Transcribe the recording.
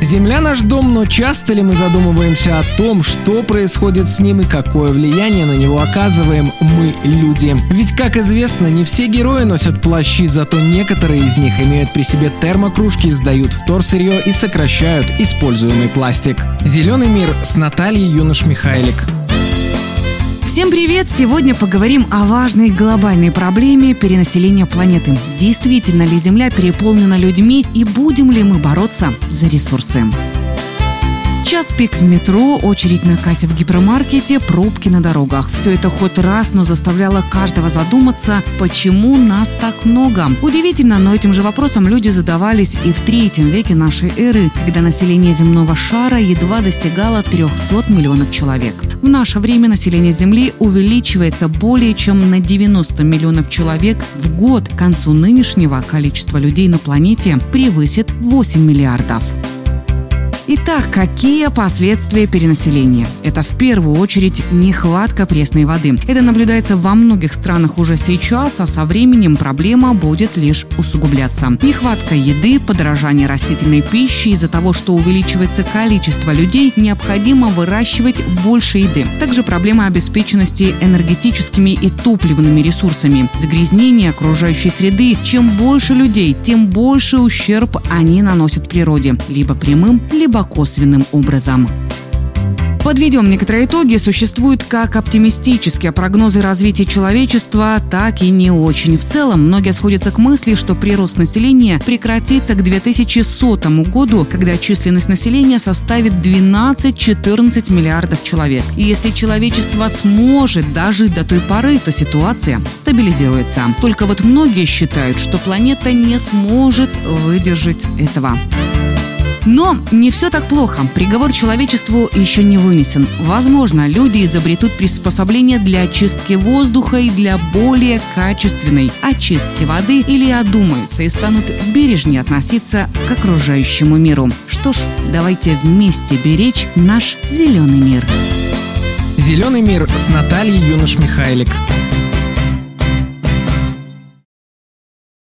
Земля наш дом, но часто ли мы задумываемся о том, что происходит с ним и какое влияние на него оказываем мы, люди? Ведь, как известно, не все герои носят плащи, зато некоторые из них имеют при себе термокружки, сдают вторсырье и сокращают используемый пластик. «Зеленый мир» с Натальей Юнош-Михайлик. Всем привет! Сегодня поговорим о важной глобальной проблеме перенаселения планеты. Действительно ли Земля переполнена людьми и будем ли мы бороться за ресурсы? Час пик в метро, очередь на кассе в гипермаркете, пробки на дорогах. Все это хоть раз, но заставляло каждого задуматься, почему нас так много. Удивительно, но этим же вопросом люди задавались и в 3 веке нашей эры, когда население земного шара едва достигало 300 миллионов человек. В наше время население Земли увеличивается более чем на 90 миллионов человек в год. К концу нынешнего количество людей на планете превысит 8 миллиардов. Итак, какие последствия перенаселения? Это в первую очередь нехватка пресной воды. Это наблюдается во многих странах уже сейчас, а со временем проблема будет лишь усугубляться. Нехватка еды, подорожание растительной пищи. Из-за того, что увеличивается количество людей, необходимо выращивать больше еды. Также проблема обеспеченности энергетическими и топливными ресурсами. Загрязнение окружающей среды. Чем больше людей, тем больше ущерб они наносят природе. Либо прямым, либо косвенным образом. Подведем некоторые итоги. Существуют как оптимистические прогнозы развития человечества, так и не очень. В целом, многие сходятся к мысли, что прирост населения прекратится к 2100 году, когда численность населения составит 12-14 миллиардов человек. И если человечество сможет дожить до той поры, то ситуация стабилизируется. Только вот многие считают, что планета не сможет выдержать этого. Но не все так плохо. Приговор человечеству еще не вынесен. Возможно, люди изобретут приспособления для очистки воздуха и для более качественной очистки воды или одумаются и станут бережнее относиться к окружающему миру. Что ж, давайте вместе беречь наш зеленый мир. «Зеленый мир» с Натальей Юнош-Михайлик.